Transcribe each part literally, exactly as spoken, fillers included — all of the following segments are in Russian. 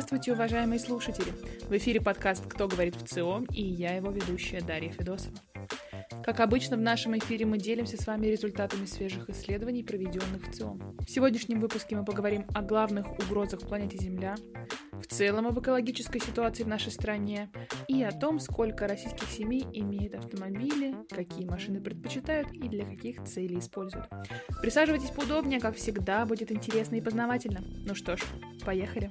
Здравствуйте, уважаемые слушатели! В эфире подкаст «Кто говорит в ЦИОМ» и я его ведущая Дарья Федосова. Как обычно, в нашем эфире мы делимся с вами результатами свежих исследований, проведенных в ЦИОМ. В сегодняшнем выпуске мы поговорим о главных угрозах планете Земля, в целом об экологической ситуации в нашей стране и о том, сколько российских семей имеют автомобили, какие машины предпочитают и для каких целей используют. Присаживайтесь поудобнее, как всегда, будет интересно и познавательно. Ну что ж, поехали!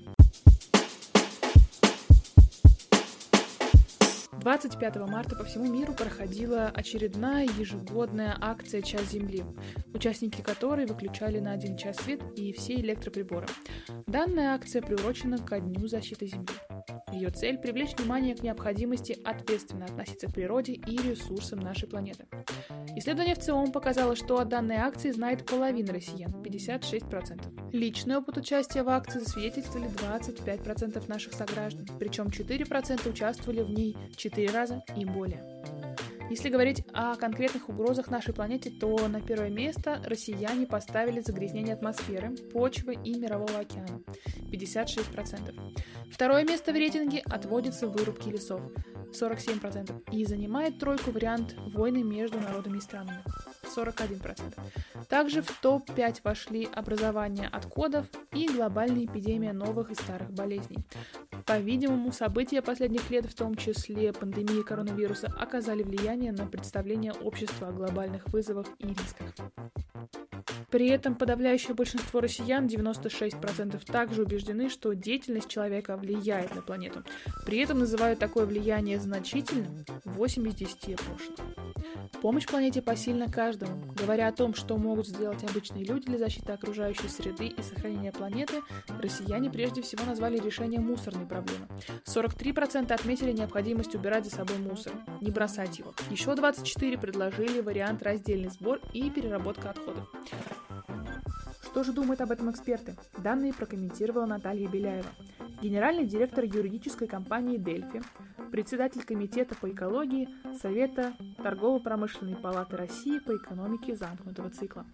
двадцать пятого марта по всему миру проходила очередная ежегодная акция «Час Земли», участники которой выключали на один час свет и все электроприборы. Данная акция приурочена ко Дню защиты Земли. Ее цель – привлечь внимание к необходимости ответственно относиться к природе и ресурсам нашей планеты. Исследование в ЦИОМ показало, что о данной акции знает половина россиян – пятьдесят шесть процентов. Личный опыт участия в акции засвидетельствовали двадцать пять процентов наших сограждан, причем четыре процента участвовали в ней четыре раза и более. Если говорить о конкретных угрозах нашей планете, то на первое место россияне поставили загрязнение атмосферы, почвы и мирового океана – пятьдесят шесть процентов. Второе место в рейтинге отводится вырубке лесов – сорок семь процентов. И занимает тройку вариант войны между народами и странами – сорок один процент. Также в топ пять вошли образование отходов и глобальная эпидемия новых и старых болезней. По-видимому, события последних лет, в том числе пандемия коронавируса, оказали влияние на представление общества о глобальных вызовах и рисках. При этом подавляющее большинство россиян, девяносто шесть процентов, также убеждены, что деятельность человека влияет на планету. При этом называют такое влияние значительным, восемь из десяти опрошенных. Помощь планете посильна каждому. Говоря о том, что могут сделать обычные люди для защиты окружающей среды и сохранения планеты, россияне прежде всего назвали решение мусорной проблемы. сорок три процента отметили необходимость убирать за собой мусор, не бросать его. Еще двадцать четыре процента предложили вариант раздельный сбор и переработка отходов. Что же думают об этом эксперты? Данные прокомментировала Наталья Беляева, генеральный директор юридической компании «Дельфи», председатель комитета по экологии Совета Торгово-промышленной палаты России по экономике замкнутого цикла.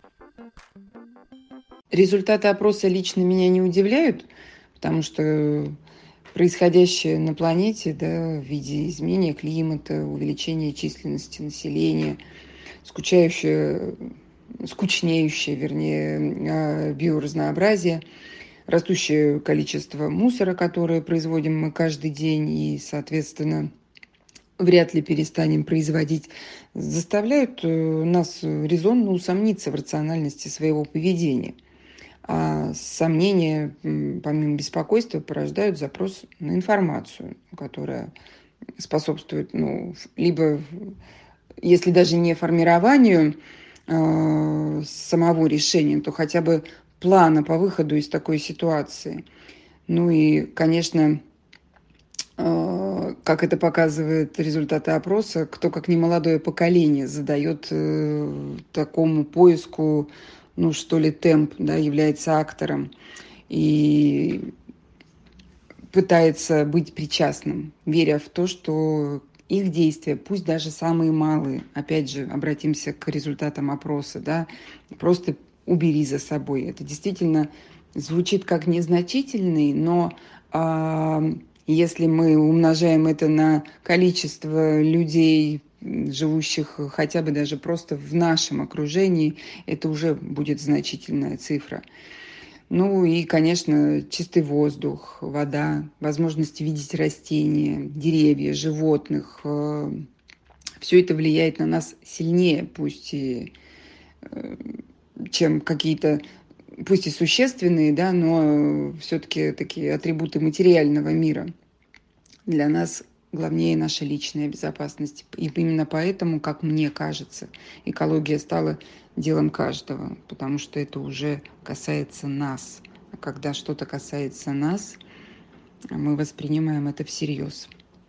Результаты опроса лично меня не удивляют, потому что происходящее на планете, да, в виде изменения климата, увеличения численности населения, скучающее, скучнеющее, вернее, биоразнообразие, растущее количество мусора, которое производим мы каждый день и, соответственно, вряд ли перестанем производить, заставляют нас резонно усомниться в рациональности своего поведения. А сомнения, помимо беспокойства, порождают запрос на информацию, которая способствует, ну, либо, если даже не формированию э, самого решения, то хотя бы плана по выходу из такой ситуации. Ну и, конечно, э, как это показывает результаты опроса, кто, как не молодое поколение, задает э, такому поиску, ну, что ли, темп, да, является актором и пытается быть причастным, веря в то, что их действия, пусть даже самые малые, опять же, обратимся к результатам опроса, да, просто убери за собой. Это действительно звучит как незначительный, но а, если мы умножаем это на количество людей, живущих хотя бы даже просто в нашем окружении, это уже будет значительная цифра. Ну и, конечно, чистый воздух, вода, возможность видеть растения, деревья, животных. Все это влияет на нас сильнее, пусть и чем какие-то, пусть и существенные, да, но все-таки такие атрибуты материального мира. Для нас главнее наша личная безопасность. И именно поэтому, как мне кажется, экология стала делом каждого, потому что это уже касается нас. А когда что-то касается нас, мы воспринимаем это всерьез.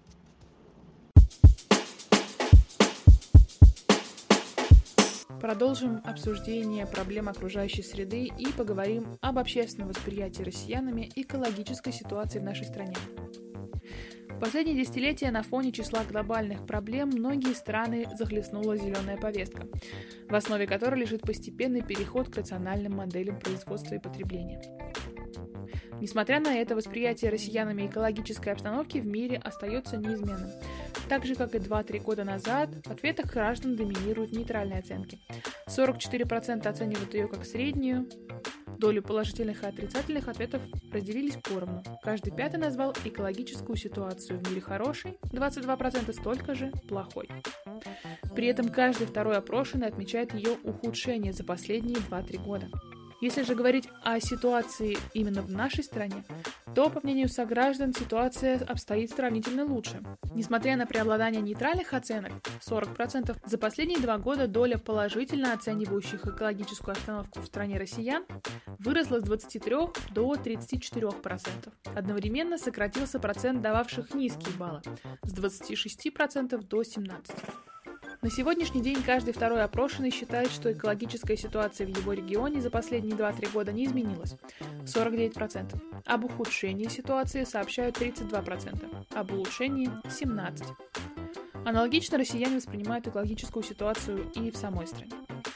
Продолжим обсуждение проблем окружающей среды и поговорим об общественном восприятии россиянами экологической ситуации в нашей стране. В последние десятилетия на фоне числа глобальных проблем многие страны захлестнула зеленая повестка, в основе которой лежит постепенный переход к рациональным моделям производства и потребления. Несмотря на это, восприятие россиянами экологической обстановки в мире остается неизменным. Так же, как и два-три года назад, в ответах граждан доминируют нейтральные оценки. сорок четыре процента оценивают ее как среднюю. Долю положительных и отрицательных ответов разделились поровну. Каждый пятый назвал экологическую ситуацию в мире хорошей, двадцать два процента столько же плохой. При этом каждый второй опрошенный отмечает ее ухудшение за последние два-три года. Если же говорить о ситуации именно в нашей стране, то, по мнению сограждан, ситуация обстоит сравнительно лучше. Несмотря на преобладание нейтральных оценок, сорок процентов, за последние два года доля положительно оценивающих экологическую обстановку в стране россиян выросла с двадцати трёх до тридцати четырёх процентов. Одновременно сократился процент дававших низкие баллы с двадцати шести процентов до семнадцати процентов. На сегодняшний день каждый второй опрошенный считает, что экологическая ситуация в его регионе за последние два-три года не изменилась – сорок девять процентов. Об ухудшении ситуации сообщают тридцать два процента, об улучшении – семнадцать процентов. Аналогично россияне воспринимают экологическую ситуацию и в самой стране.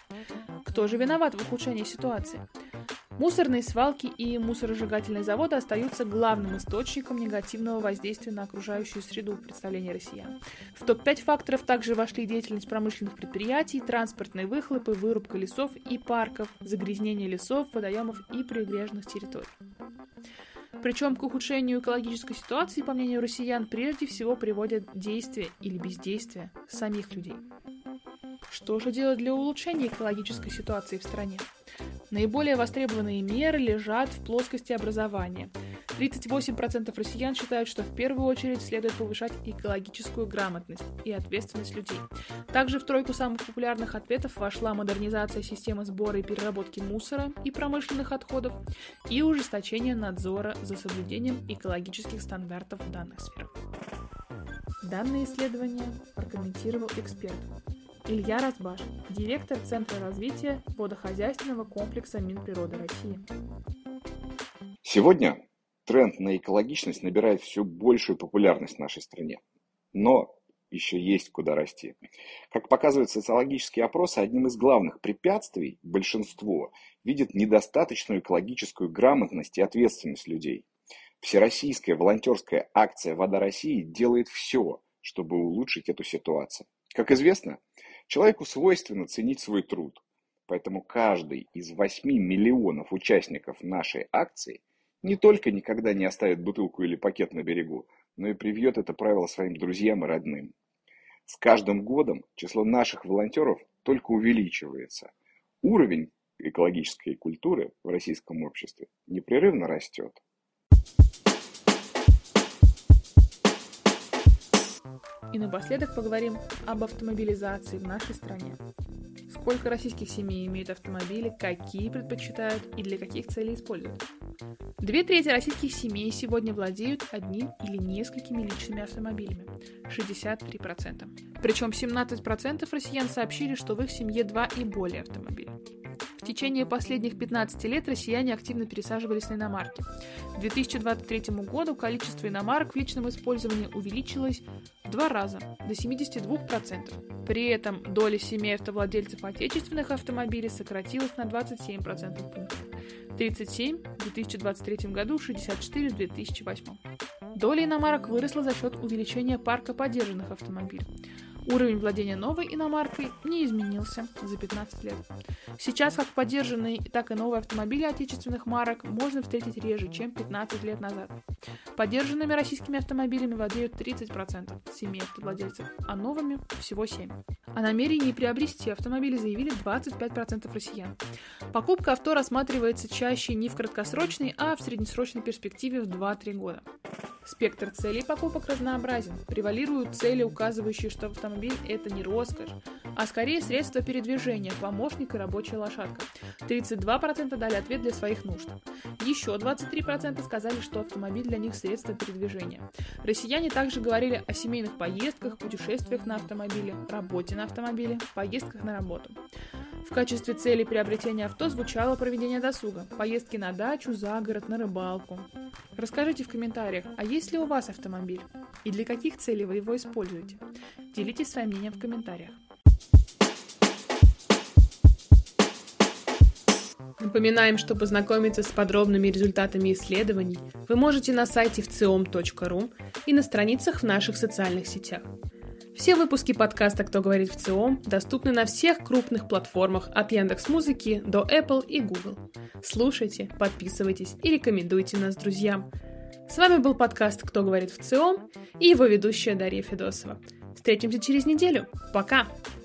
Кто же виноват в ухудшении ситуации? Мусорные свалки и мусоросжигательные заводы остаются главным источником негативного воздействия на окружающую среду в представлении россиян. В топ пять факторов также вошли деятельность промышленных предприятий, транспортные выхлопы, вырубка лесов и парков, загрязнение лесов, водоемов и прибрежных территорий. Причем к ухудшению экологической ситуации, по мнению россиян, прежде всего приводят действия или бездействие самих людей. Что же делать для улучшения экологической ситуации в стране? Наиболее востребованные меры лежат в плоскости образования. тридцать восемь процентов россиян считают, что в первую очередь следует повышать экологическую грамотность и ответственность людей. Также в тройку самых популярных ответов вошла модернизация системы сбора и переработки мусора и промышленных отходов и ужесточение надзора за соблюдением экологических стандартов в данных сферах. Данное исследование прокомментировал эксперт Илья Разбашев, директор Центра развития водохозяйственного комплекса Минприроды России. Сегодня тренд на экологичность набирает все большую популярность в нашей стране. Но еще есть куда расти. Как показывают социологические опросы, одним из главных препятствий большинство видит недостаточную экологическую грамотность и ответственность людей. Всероссийская волонтерская акция «Вода России» делает все, чтобы улучшить эту ситуацию. Как известно, человеку свойственно ценить свой труд, поэтому каждый из восьми миллионов участников нашей акции не только никогда не оставит бутылку или пакет на берегу, но и привьет это правило своим друзьям и родным. С каждым годом число наших волонтеров только увеличивается. Уровень экологической культуры в российском обществе непрерывно растет. И напоследок поговорим об автомобилизации в нашей стране. Сколько российских семей имеют автомобили, какие предпочитают и для каких целей используют. Две трети российских семей сегодня владеют одним или несколькими личными автомобилями – шестьдесят три процента. Причем семнадцать процентов россиян сообщили, что в их семье два и более автомобиля. В течение последних пятнадцати лет россияне активно пересаживались на иномарки. К две тысячи двадцать третьему году количество иномарок в личном использовании увеличилось в два раза, до семидесяти двух процентов. При этом доля семей автовладельцев отечественных автомобилей сократилась на двадцать семь процентов пунктов. тридцать семь в две тысячи двадцать третьем году, шестьдесят четыре в две тысячи восьмом. Доля иномарок выросла за счет увеличения парка подержанных автомобилей. Уровень владения новой иномаркой не изменился за пятнадцать лет. Сейчас как подержанные, так и новые автомобили отечественных марок можно встретить реже, чем пятнадцать лет назад. Подержанными российскими автомобилями владеют тридцать процентов семей автовладельцев, а новыми всего семь процентов. О намерении приобрести автомобили заявили двадцать пять процентов россиян. Покупка авто рассматривается чаще не в краткосрочной, а в среднесрочной перспективе в два-три года. Спектр целей покупок разнообразен. Превалируют цели, указывающие, что автомобиль – это не роскошь, а скорее средство передвижения, помощник и рабочая лошадка. тридцать два процента дали ответ для своих нужд. Еще двадцать три процента сказали, что автомобиль для них – средство передвижения. Россияне также говорили о семейных поездках, путешествиях на автомобиле, работе на автомобиле, поездках на работу. В качестве цели приобретения авто звучало проведение досуга, поездки на дачу, за город, на рыбалку. Расскажите в комментариях, а есть ли у вас автомобиль? И для каких целей вы его используете? Делитесь своим мнением в комментариях. Напоминаем, что познакомиться с подробными результатами исследований вы можете на сайте эф ци ом точка ру и на страницах в наших социальных сетях. Все выпуски подкаста «Кто говорит в ЦИОМ» доступны на всех крупных платформах от Яндекс.Музыки до Apple и Google. Слушайте, подписывайтесь и рекомендуйте нас друзьям. С вами был подкаст «Кто говорит в ЦИОМ» и его ведущая Дарья Федосова. Встретимся через неделю. Пока!